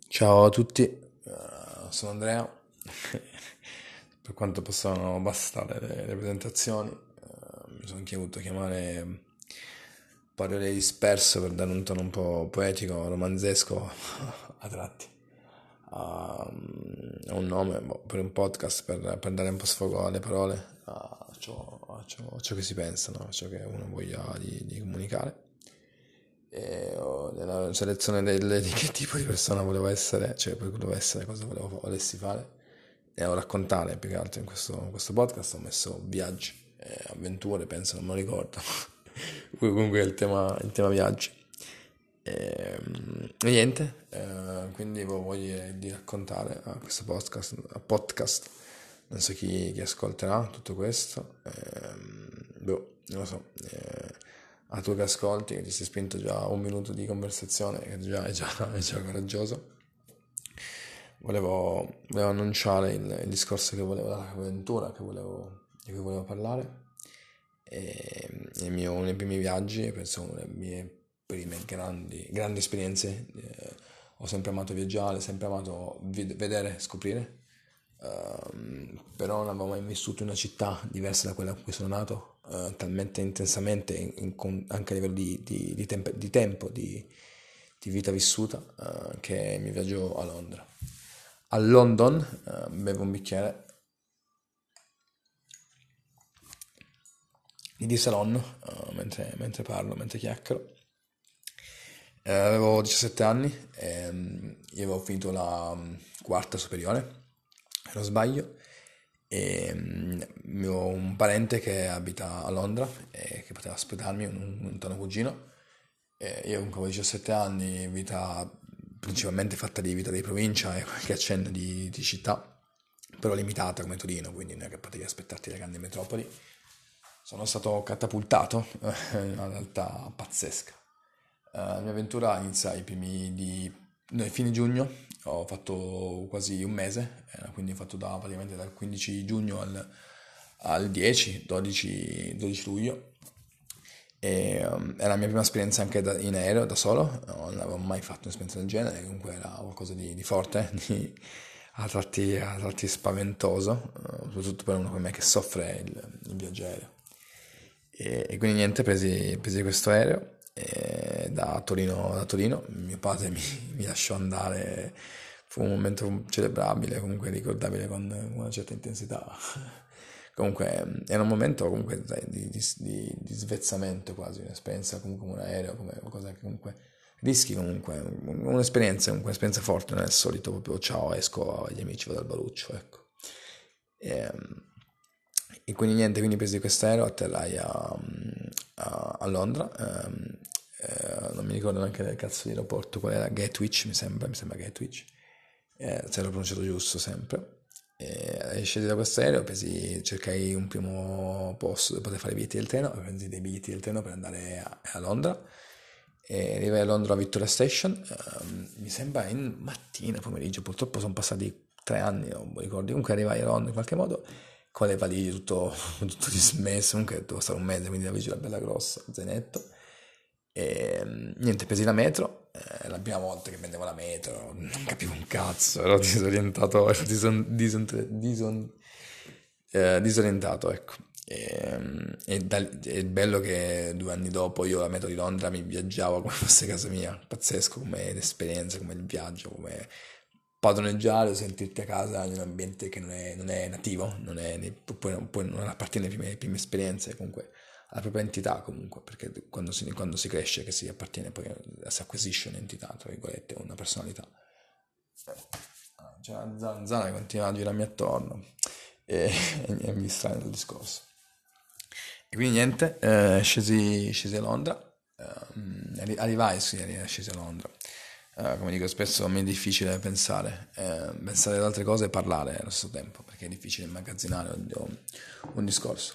Ciao a tutti, sono Andrea. Per quanto possano bastare le presentazioni, mi sono anche voluto chiamare parole disperso per dare un tono un po' poetico, romanzesco a tratti. A un nome per un podcast per dare un po' sfogo alle parole, a ciò che si pensa, no? A ciò che uno voglia di comunicare. Nella selezione di che tipo di persona volevo essere, cioè poi volevo essere, cosa volessi fare e o raccontare più che altro in questo podcast ho messo viaggi, avventure, penso, non me lo ricordo. Comunque il tema viaggi. E niente, quindi avevo voglia di raccontare a questo podcast, non so chi ascolterà tutto questo, non lo so, a tu che ascolti, che ti sei spinto già un minuto di conversazione, che già è già coraggioso, volevo annunciare il discorso che volevo, l'avventura di cui volevo parlare, uno dei primi viaggi, penso una delle mie prime grandi esperienze. Ho sempre amato viaggiare, sempre amato vedere, scoprire. Però non avevo mai vissuto in una città diversa da quella in cui sono nato, talmente intensamente, anche a livello di tempo, di vita vissuta, che mi viaggio a Londra. A London, bevo un bicchiere di Salon, mentre parlo, mentre chiacchiero. Avevo 17 anni, io avevo finito la quarta superiore, se non sbaglio, e ho un parente che abita a Londra e che poteva ospitarmi, un lontano cugino. Io comunque avevo 17 anni, vita principalmente fatta di vita di provincia e qualche accenno di città, però limitata come Torino, quindi non è che potevi aspettarti le grandi metropoli. Sono stato catapultato in una realtà pazzesca. La mia avventura inizia no, ai fine giugno, ho fatto quasi un mese, quindi ho fatto praticamente dal 15 giugno al 10-12 luglio. È la mia prima esperienza anche in aereo da solo, non avevo mai fatto un'esperienza del genere, comunque era qualcosa di forte, a tratti spaventoso, soprattutto per uno come me che soffre il viaggio aereo. E quindi niente, presi questo aereo da Torino, mio padre mi lasciò andare, fu un momento celebrabile, comunque ricordabile con una certa intensità. Comunque era un momento comunque sai, di svezzamento quasi, un'esperienza comunque come un aereo, come qualcosa che comunque rischi comunque, un'esperienza forte, non è il solito proprio ciao, esco agli amici, vado al baruccio, ecco. E, e quindi niente, quindi presi questo aereo, atterrai a Londra, non mi ricordo neanche del cazzo di aeroporto, qual era, Gatwick, mi sembra Gatwick, se l'ho pronunciato giusto sempre. Scesi da questo aereo, cercai un primo posto dove poter fare i biglietti del treno, presi dei biglietti del treno per andare a Londra. E arrivai a Londra a Victoria Station, mi sembra in mattina, pomeriggio, purtroppo sono passati 3 anni, non mi ricordo. Comunque arrivai a Londra in qualche modo con le valigie tutto dismesso, comunque devo stare un mese, quindi la valigia era bella grossa, zainetto. E niente, presi la metro, la prima volta che prendevo la metro, non capivo un cazzo, ero disorientato, ero disorientato, ecco. È bello che 2 anni dopo io la metro di Londra mi viaggiavo come fosse casa mia, pazzesco come l'esperienza, come il viaggio, come padroneggiare o sentirti a casa in un ambiente che non è nativo, non appartiene alle prime esperienze, comunque alla propria entità comunque, perché quando si cresce che si appartiene poi, si acquisisce un'entità, tra virgolette, una personalità. C'è una zanzara che continua a girarmi attorno e, e mi distrae dal discorso. E quindi niente, scesi a Londra, arrivai, sì, scesi a Londra. Come dico spesso, mi è difficile pensare ad altre cose e parlare allo stesso tempo, perché è difficile immagazzinare un discorso.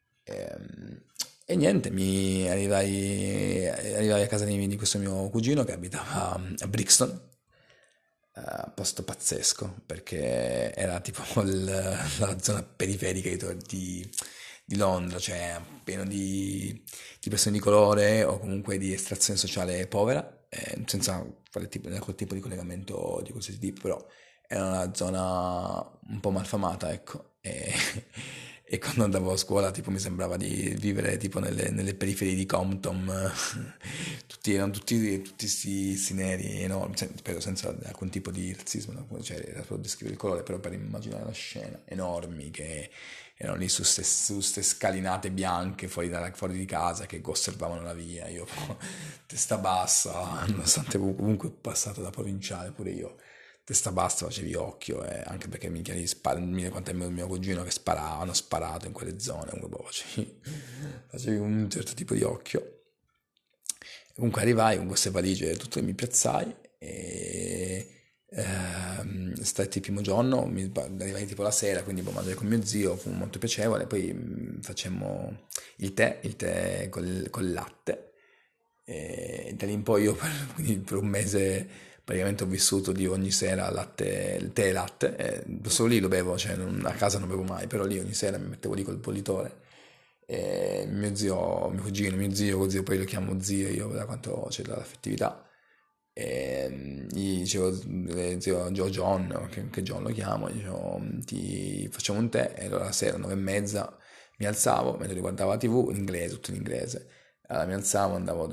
E niente, arrivai a casa di questo mio cugino che abitava a Brixton, posto pazzesco, perché era tipo la zona periferica di Londra, cioè pieno di persone di colore o comunque di estrazione sociale povera. senza fare quel tipo di collegamento di qualsiasi tipo, però era una zona un po' malfamata, ecco, e quando andavo a scuola tipo mi sembrava di vivere tipo nelle periferie di Compton, erano tutti sti neri enormi, però senza alcun tipo di razzismo, no? Cioè era solo descrivere il colore, però per immaginare la scena, enormi che erano lì su ste scalinate bianche fuori di casa che osservavano la via, io testa bassa, nonostante comunque passato da provinciale pure io, testa bassa facevi occhio, anche perché minchia mi quanto è mio cugino che hanno sparato in quelle zone, comunque boh, facevi un certo tipo di occhio. Comunque arrivai con queste valigie, tutto e mi piazzai e stati il primo giorno, arrivai tipo la sera, quindi poi mangiai con mio zio, fu molto piacevole, poi facemmo il tè col latte e da lì in poi io quindi per un mese praticamente ho vissuto di ogni sera il tè e latte, solo lì lo bevo, cioè a casa non bevo mai, però lì ogni sera mi mettevo lì col bollitore e mio zio, mio cugino, mio zio, così poi lo chiamo zio io da quanto c'è l'affettività. E gli dicevo, zio John, che John lo chiamo, gli dicevo, ti facciamo un tè, e allora la sera, 9:30, mi alzavo, mentre guardavo la TV, in inglese, tutto in inglese. Allora mi alzavo,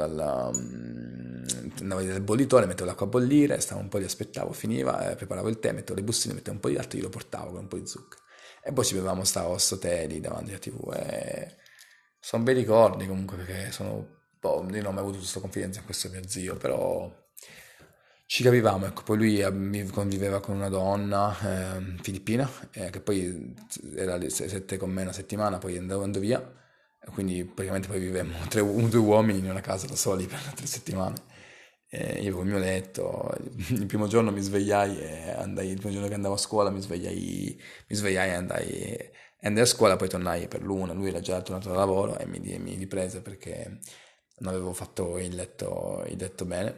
andavo dal bollitore, mettevo l'acqua a bollire, stavo un po' lì, aspettavo, finiva, preparavo il tè, mettevo le bustine, mettevo un po' di latte, io lo portavo con un po' di zucchero. E poi ci bevevamo sto tè lì davanti alla TV e sono bei ricordi comunque perché io non ho mai avuto questa confidenza in questo mio zio, però ci capivamo, ecco, poi lui mi conviveva con una donna filippina, che poi era lì 7 con me una settimana, poi andando via, e quindi praticamente poi vivemmo due uomini in una casa da soli per 3 settimane. Io avevo il mio letto, il primo giorno mi svegliai e il primo giorno che andavo a scuola mi svegliai e andai a scuola, poi tornai per l'una, lui era già tornato da lavoro e mi riprese perché non avevo fatto il letto bene.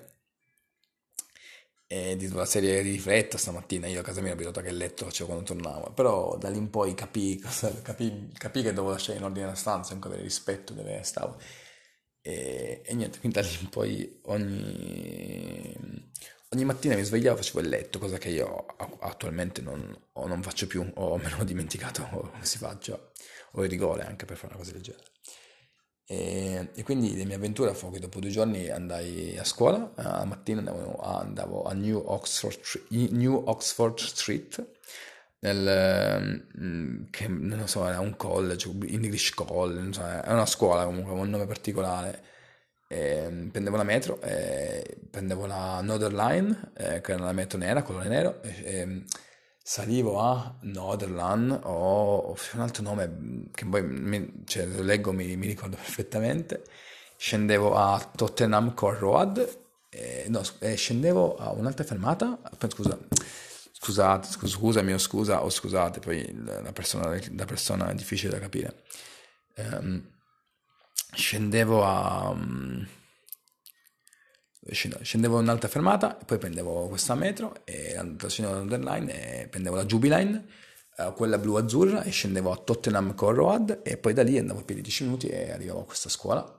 E di una serie di fretta stamattina, io a casa mia abito che il letto facevo quando tornavo, però da lì in poi capii che dovevo lasciare in ordine la stanza, comunque avere rispetto dove stavo. E niente, quindi da lì in poi ogni mattina mi svegliavo e facevo il letto, cosa che io attualmente non faccio più, o me l'ho dimenticato come si faccia, o il rigore anche per fare una cosa del genere. E quindi le mie avventure fu che dopo 2 giorni andai a scuola, la mattina andavo a New Oxford Street, che non so, era un college, English College, non so, è una scuola comunque con un nome particolare. Prendevo la metro, prendevo la Northern Line, che era la metro nera, colore nero, salivo a Northern o un altro nome che poi cioè, lo leggo, mi ricordo perfettamente. Scendevo a Tottenham Court Road, no, scendevo a un'altra fermata, scusami o scusate, poi la persona è difficile da capire. Ehm, scendevo a... scendevo in un'altra fermata, e poi prendevo questa metro, e scendevo alla Northern Line e prendevo la Jubilee, quella blu-azzurra, e scendevo a Tottenham Court Road, e poi da lì andavo a piedi 10 minuti e arrivavo a questa scuola.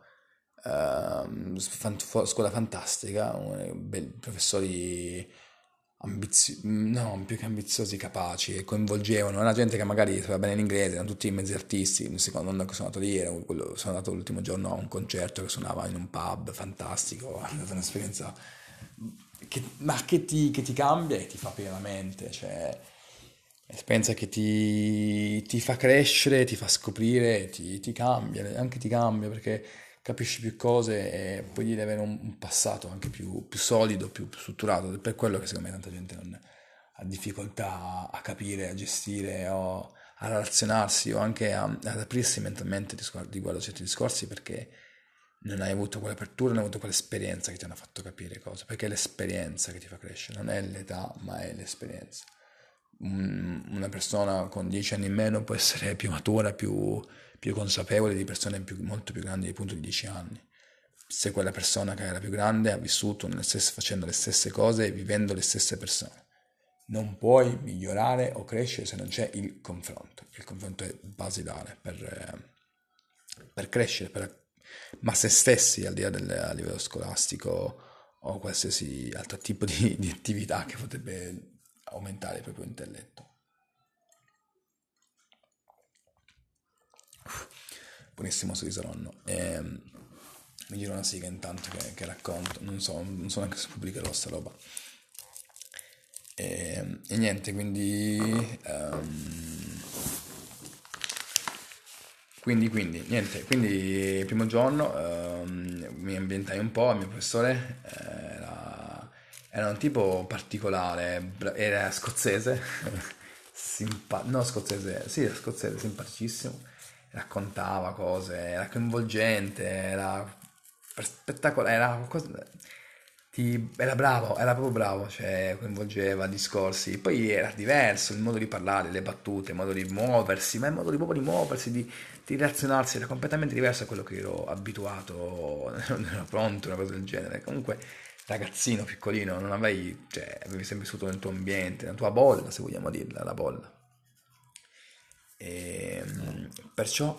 Scuola fantastica, professori no, più che ambiziosi, capaci, e coinvolgevano, era gente che magari sapeva bene l'inglese, erano tutti mezzi artisti, secondo me che sono andato ieri, sono andato l'ultimo giorno a un concerto che suonava in un pub, fantastico, è stata un'esperienza che ti cambia e ti fa aprire la mente, cioè esperienza che ti fa crescere, ti fa scoprire, ti cambia, anche ti cambia perché capisci più cose e puoi dire avere un passato anche più solido, più strutturato. Ed è per quello che secondo me tanta gente non ha difficoltà a capire, a gestire o a relazionarsi o anche ad aprirsi mentalmente riguardo a certi discorsi perché non hai avuto quell'apertura, non hai avuto quell'esperienza che ti hanno fatto capire cose, perché è l'esperienza che ti fa crescere, non è l'età, ma è l'esperienza. Una persona con 10 anni in meno può essere più matura, più consapevole di persone molto più grandi di appunto di 10 anni. Se quella persona che era più grande ha vissuto facendo le stesse cose e vivendo le stesse persone. Non puoi migliorare o crescere se non c'è il confronto. Il confronto è basilare per crescere, ma se stessi al di là a livello scolastico o qualsiasi altro tipo di attività che potrebbe aumentare il proprio intelletto. Buonissimo sorriso nonno. Mi giro una siga intanto che racconto, non so neanche se pubblicherò sta roba. E niente, niente, quindi il primo giorno mi ambientai un po', il mio professore era un tipo particolare, era scozzese, no scozzese, sì era scozzese, simpaticissimo, raccontava cose, era coinvolgente, era spettacolare, era bravo, era proprio bravo, cioè coinvolgeva discorsi, poi era diverso il modo di parlare, le battute, il modo di muoversi, ma il modo proprio di muoversi, di relazionarsi era completamente diverso da quello che ero abituato, non ero pronto, una cosa del genere. Comunque, ragazzino, piccolino, non avevi, cioè, avevi sempre vissuto nel tuo ambiente, nella tua bolla, se vogliamo dirla, la bolla. E perciò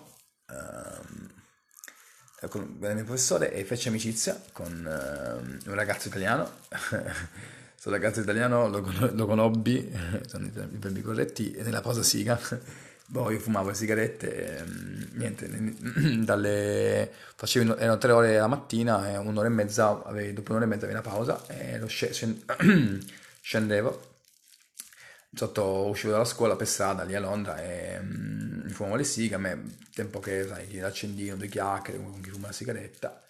venne il mio professore e fece amicizia con un ragazzo italiano. Questo ragazzo italiano lo conobbi, sono i verbi corretti, nella pausa siga. Boh, io fumavo le sigarette, niente, erano 3 ore la mattina e un'ora e mezza, dopo un'ora e mezza avevi una pausa e scendevo uscivo dalla scuola per strada lì a Londra e fumavo le sighe, a me tempo che sai, chi l'accendino, due chiacchiere con chi fuma la sigaretta,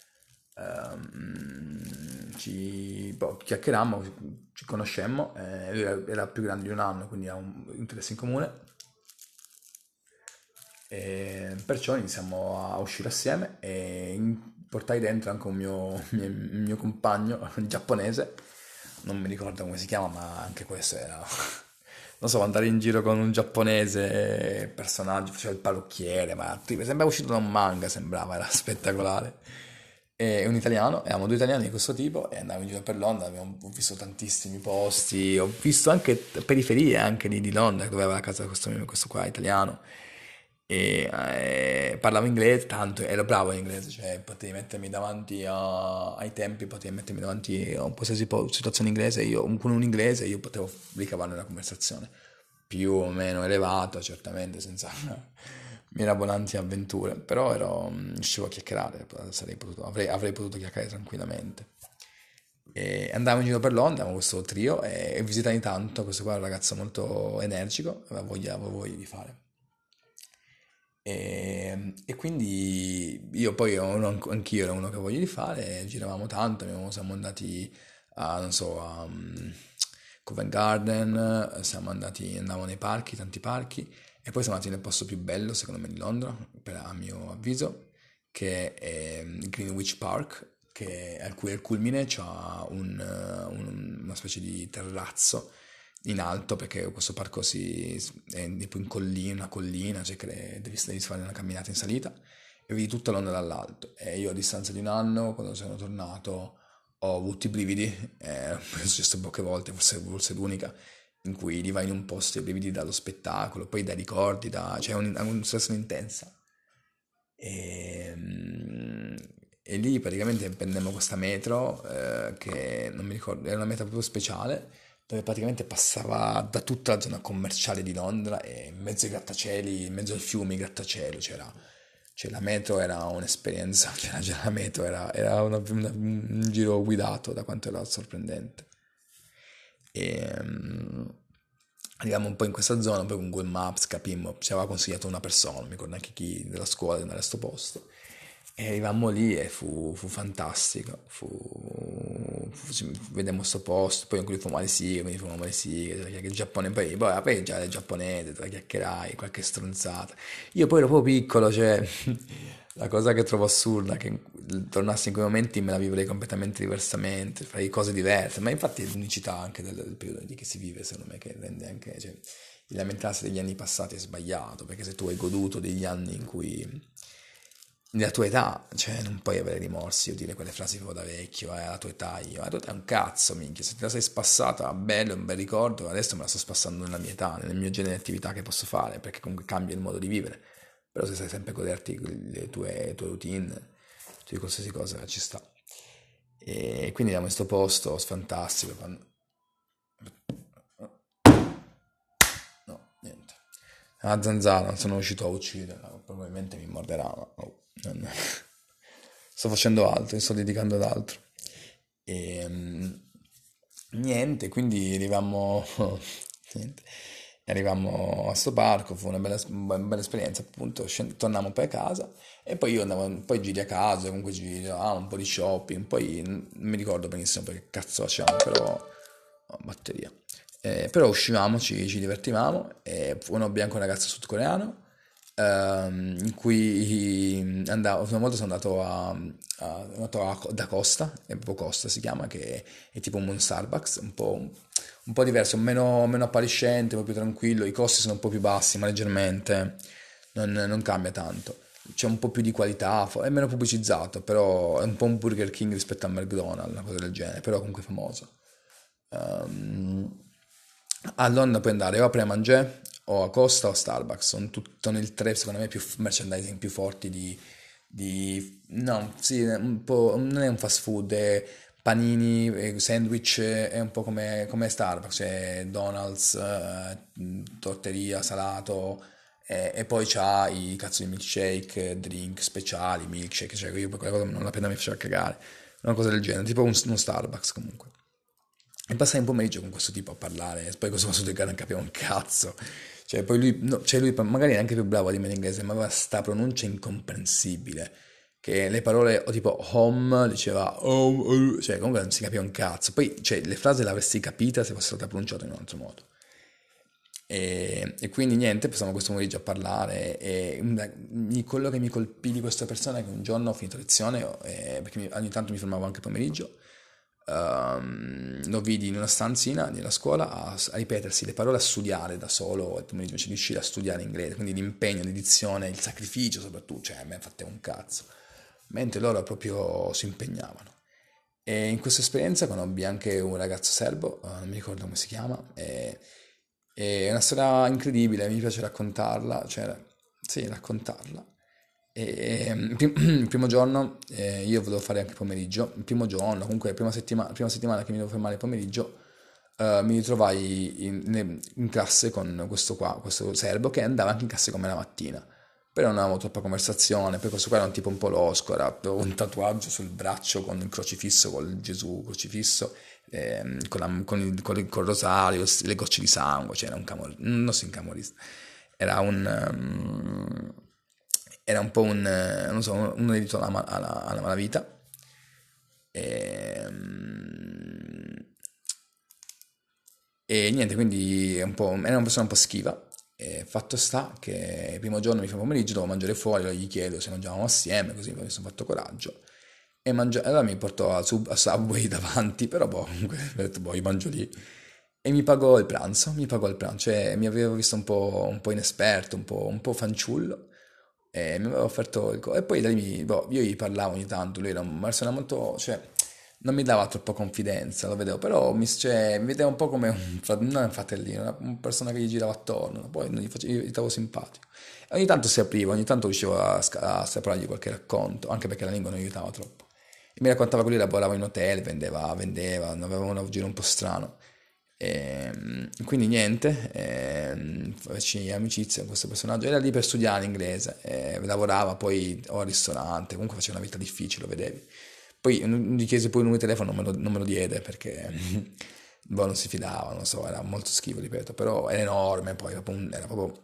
chiacchierammo, ci conoscemmo, lui era più grande di un anno, quindi ha un interesse in comune. E perciò iniziamo a uscire assieme e portai dentro anche un mio compagno giapponese, non mi ricordo come si chiama, ma anche questo era, non so, andare in giro con un giapponese, personaggio, faceva il parrucchiere, ma sembrava uscito da un manga, sembrava, era spettacolare. E un italiano, eravamo due italiani di questo tipo e andavamo in giro per Londra, ho visto tantissimi posti, ho visto anche periferie anche di Londra, dove aveva la casa questo qua italiano e parlavo inglese tanto, ero bravo in inglese, cioè potevi mettermi davanti ai tempi, potevi mettermi davanti a un qualsiasi situazione inglese, con un inglese io potevo ricavare una conversazione più o meno elevata, certamente senza mirabolanti avventure, però riuscivo a chiacchierare, avrei potuto chiacchierare tranquillamente. E andavamo in giro per Londra, avevamo questo trio e visitai tanto, questo qua è un ragazzo molto energico, aveva voglia di fare. E quindi io poi anch'io ero uno che voglio di fare, giravamo tanto, siamo andati a, non so, a Covent Garden, andavamo nei parchi, tanti parchi, e poi siamo andati nel posto più bello, secondo me, di Londra, a mio avviso, che è Greenwich Park, al cui al culmine c'è una specie di terrazzo in alto perché questo parco è tipo in collina, una collina, cioè devi fare una camminata in salita e vedi tutta Londra dall'alto. E io a distanza di un anno, quando sono tornato, ho avuto i brividi, è successo poche volte, forse l'unica, in cui li vai in un posto e i brividi dallo spettacolo, poi dai ricordi, cioè è una sensazione intensa. E, e lì praticamente prendemmo questa metro che non mi ricordo, era una metro proprio speciale dove praticamente passava da tutta la zona commerciale di Londra e in mezzo ai grattacieli, in mezzo ai fiumi, grattacielo, cioè la metro era un'esperienza, c'era la metro, era un giro guidato da quanto era sorprendente. E arriviamo un po' in questa zona, poi con Google Maps capimmo, ci aveva consigliato una persona, non mi ricordo neanche chi della scuola di andare a sto posto. E arrivammo lì e fu fantastico, vedemmo sto posto, poi con cui fumavamo le sighe, il Giappone, poi già il giapponese, tra chiacchierai, qualche stronzata. Io poi ero proprio piccolo, cioè, la cosa che trovo assurda, che tornassi in quei momenti me la vivrei completamente diversamente, farei cose diverse, ma infatti è l'unicità anche del periodo di che si vive, secondo me, che rende anche, cioè, il lamentarsi degli anni passati è sbagliato, perché se tu hai goduto degli anni in cui nella tua età, cioè non puoi avere rimorsi o dire quelle frasi proprio da vecchio, alla tua età io, la tua età è un cazzo, minchia, se te la sei spassata, bello, è un bel ricordo, adesso me la sto spassando nella mia età, nel mio genere di attività che posso fare, perché comunque cambia il modo di vivere, però se sai sempre goderti le tue routine, qualsiasi cosa ci sta. E quindi andiamo in questo posto fantastico. No, niente. La zanzara, non sono riuscito a ucciderla, probabilmente mi morderà, ma sto facendo altro, mi sto dedicando ad altro. E niente, quindi arrivammo, niente, arrivammo a sto parco, fu una bella esperienza, appunto, tornammo poi a casa e poi io andavo, poi giri a casa, comunque un po' di shopping, poi non mi ricordo benissimo perché cazzo facevamo, però, oh, batteria. Però uscivamo, ci divertivamo e conobbi anche un ragazzo sudcoreano in cui andavo, una volta sono andato da Costa, è proprio Costa si chiama, che è tipo un Starbucks, un po' diverso, meno appariscente, un po' più tranquillo, i costi sono un po' più bassi, ma leggermente, non cambia tanto. C'è un po' più di qualità, è meno pubblicizzato, però è un po' un Burger King rispetto a McDonald's, una cosa del genere, però comunque famoso. Ehm, a Londra puoi andare o a Pre-Manger o a Costa o a Starbucks, sono il tre secondo me più merchandising più forti no, sì, un po', non è un fast food, è panini, sandwich, è un po' come Starbucks, c'è Donald's, torteria, salato, e poi c'ha i cazzo di milkshake, drink speciali, milkshake, cioè io per quella cosa non la pena mi faceva cagare, una cosa del genere, tipo uno Starbucks comunque. E passai un pomeriggio con questo tipo a parlare, poi questo sudafricano non capiva un cazzo. Cioè, poi lui, no, cioè lui magari è anche più bravo di me in inglese, ma aveva sta pronuncia incomprensibile. Che le parole, o tipo home, diceva home, cioè comunque non si capiva un cazzo. Poi, cioè, le frasi le avresti capita se fosse stata pronunciata in un altro modo. E quindi niente, passiamo questo pomeriggio a parlare e quello che mi colpì di questa persona è che un giorno ho finito lezione, perché ogni tanto mi fermavo anche pomeriggio, lo vidi in una stanzina della scuola a ripetersi le parole, a studiare da solo il pomeriggio, invece di riuscire a studiare inglese, quindi l'impegno, l'edizione, il sacrificio soprattutto, cioè a me fate un cazzo, mentre loro proprio si impegnavano. E in questa esperienza conobbi anche un ragazzo serbo, non mi ricordo come si chiama, è una storia incredibile, mi piace raccontarla, cioè, sì, raccontarla. Il primo giorno io volevo fare anche il pomeriggio, il primo giorno, comunque prima settimana che mi devo fermare il pomeriggio, mi ritrovai in classe con questo qua, questo serbo che andava anche in classe con me la mattina. Però non avevamo troppa conversazione, poi questo qua era un tipo un po' losco, avevo un tatuaggio sul braccio con il crocifisso, con Gesù crocifisso, col rosario, le gocce di sangue, cioè era non so, un camorrista, era era un po' non so, uno dedito alla malavita. E, e niente, quindi era una persona un po' schiva. E fatto sta che il primo giorno mi fa pomeriggio, dovevo mangiare fuori, allora gli chiedo se mangiavamo assieme, così mi sono fatto coraggio. Allora mi portò a Subway davanti, però boh, comunque ho detto, boh, io mangio lì. E mi pagò il pranzo, cioè mi aveva visto un po' inesperto, un po' fanciullo, e mi aveva offerto e poi da lì, boh, io gli parlavo ogni tanto, lui era una persona molto, cioè, non mi dava troppa confidenza, lo vedevo, però mi vedeva un po' come non un fratellino, una persona che gli girava attorno, poi non gli stavo simpatico. E ogni tanto si apriva, ogni tanto riuscivo a strapargli qualche racconto, anche perché la lingua non aiutava troppo. E mi raccontava che lui lavorava in hotel, vendeva, aveva un giro un po' strano. Quindi niente, feci amicizia con questo personaggio, era lì per studiare inglese, lavorava poi o al ristorante, comunque faceva una vita difficile, lo vedevi. Poi gli chiesi poi il numero di telefono, non me lo diede perché boh, non si fidava, non so, era molto schifo, ripeto, però era enorme, poi era proprio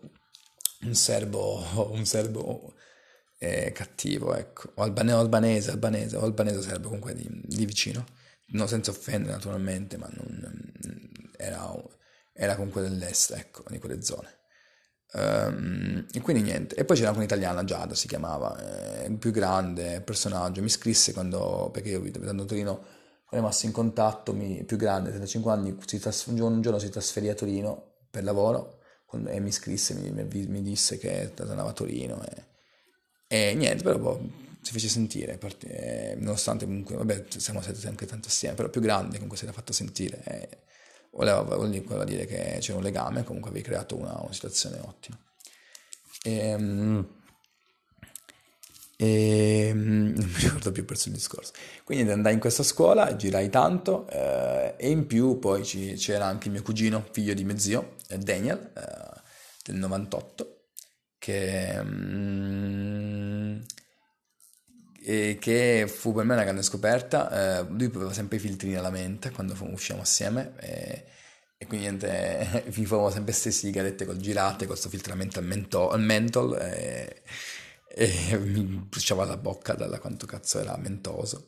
un serbo cattivo, ecco, o albanese serbo comunque di vicino, no, senza offendere naturalmente, ma era, era comunque dell'est, ecco, di quelle zone. E quindi niente. E poi c'era anche un'italiana, Giada si chiamava, il più grande personaggio. Mi scrisse quando, perché io abitando a Torino, sono rimasto in contatto, più grande, 35 anni, un giorno si trasferì a Torino per lavoro e mi scrisse, mi disse che tornava a Torino e niente, però boh, si fece sentire, nonostante comunque, vabbè, siamo stati anche tanto assieme, però più grande comunque si era fatto sentire. Voleva dire che c'era un legame, comunque avevi creato una situazione ottima. Ehm, e non mi ricordo più, ho perso il discorso. Quindi andai in questa scuola, girai tanto e in più poi c'era anche il mio cugino, figlio di mio zio, Daniel, del 98, che, e che fu per me una grande scoperta. Lui aveva sempre i filtrini alla mente quando uscivamo assieme e quindi niente, mi fumavo sempre queste sigarette col girate, con questo filtramento al menthol e mi bruciava la bocca dalla quanto cazzo era mentoso.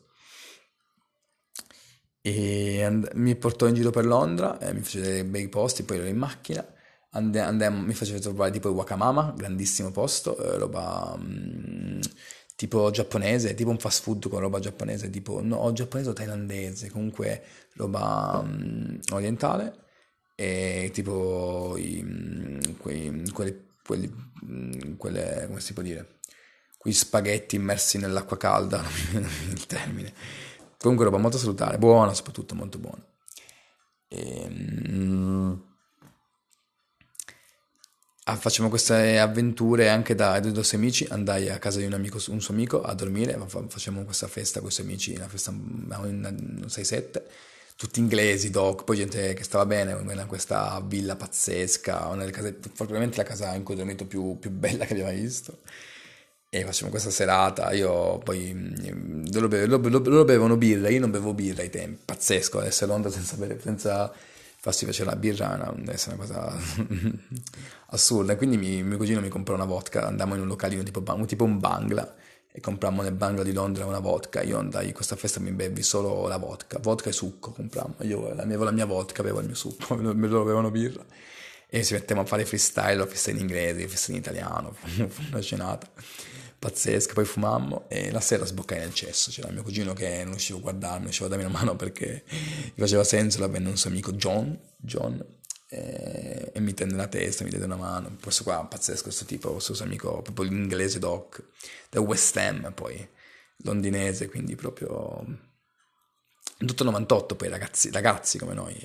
E mi portò in giro per Londra, mi fece dei bei posti, poi ero in macchina, mi faceva trovare tipo il Wakamama, grandissimo posto, roba tipo giapponese, tipo un fast food con roba giapponese, tipo no, o giapponese o thailandese, comunque roba orientale, e tipo quelle, come si può dire? Quei spaghetti immersi nell'acqua calda, non mi viene il termine. Comunque roba molto salutare, buona, soprattutto molto buona. E, facciamo queste avventure anche dai nostri amici. Andai a casa di un suo amico a dormire, facciamo questa festa con i suoi amici, una festa in 6-7, tutti inglesi, doc, poi gente che stava bene, in questa villa pazzesca, una delle case, probabilmente la casa in cui ho dormito più bella che abbia mai visto. E facciamo questa serata, io poi loro bevevano birra, io non bevo birra ai tempi, pazzesco, essere a Londra senza farsi piacere la birra deve essere una cosa assurda. E quindi mio cugino mi comprò una vodka, andammo in un localino tipo un Bangla e comprammo nel Bangla di Londra una vodka. Io andai a questa festa, mi bevi solo la vodka e succo comprammo. Io avevo la mia vodka, avevo il mio succo, loro avevano birra. E ci mettevamo a fare freestyle, festa in inglese, festa in italiano, fu una scenata pazzesca. Poi fumammo e la sera sboccai nel cesso. C'era mio cugino che non riuscivo a guardarmi, non riuscivo a darmi una mano perché gli faceva senso. Là venne un suo amico John, e mi tenne la testa, mi diede una mano. Questo qua, pazzesco, questo tipo, questo suo amico, proprio l'inglese doc, da West Ham, poi londinese, quindi proprio in tutto il 98, poi ragazzi come noi.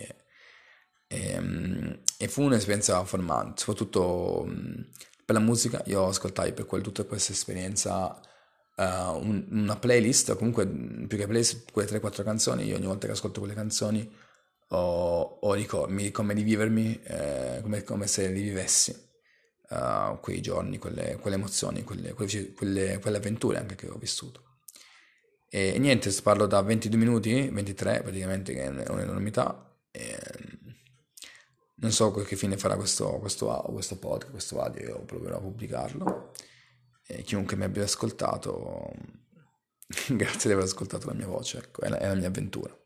E fu un'esperienza formante, soprattutto per la musica. Io ascoltai tutta questa esperienza una playlist, o comunque più che playlist, quelle 3-4 canzoni. Io ogni volta che ascolto quelle canzoni mi come di vivermi, come se rivivessi quei giorni, quelle emozioni, quelle avventure anche che ho vissuto. E niente, parlo da 22 minuti, 23 praticamente, che è un'enormità. Non so che fine farà questo podcast, questo audio, io proverò a pubblicarlo. E chiunque mi abbia ascoltato, grazie di aver ascoltato la mia voce, ecco, è la mia avventura.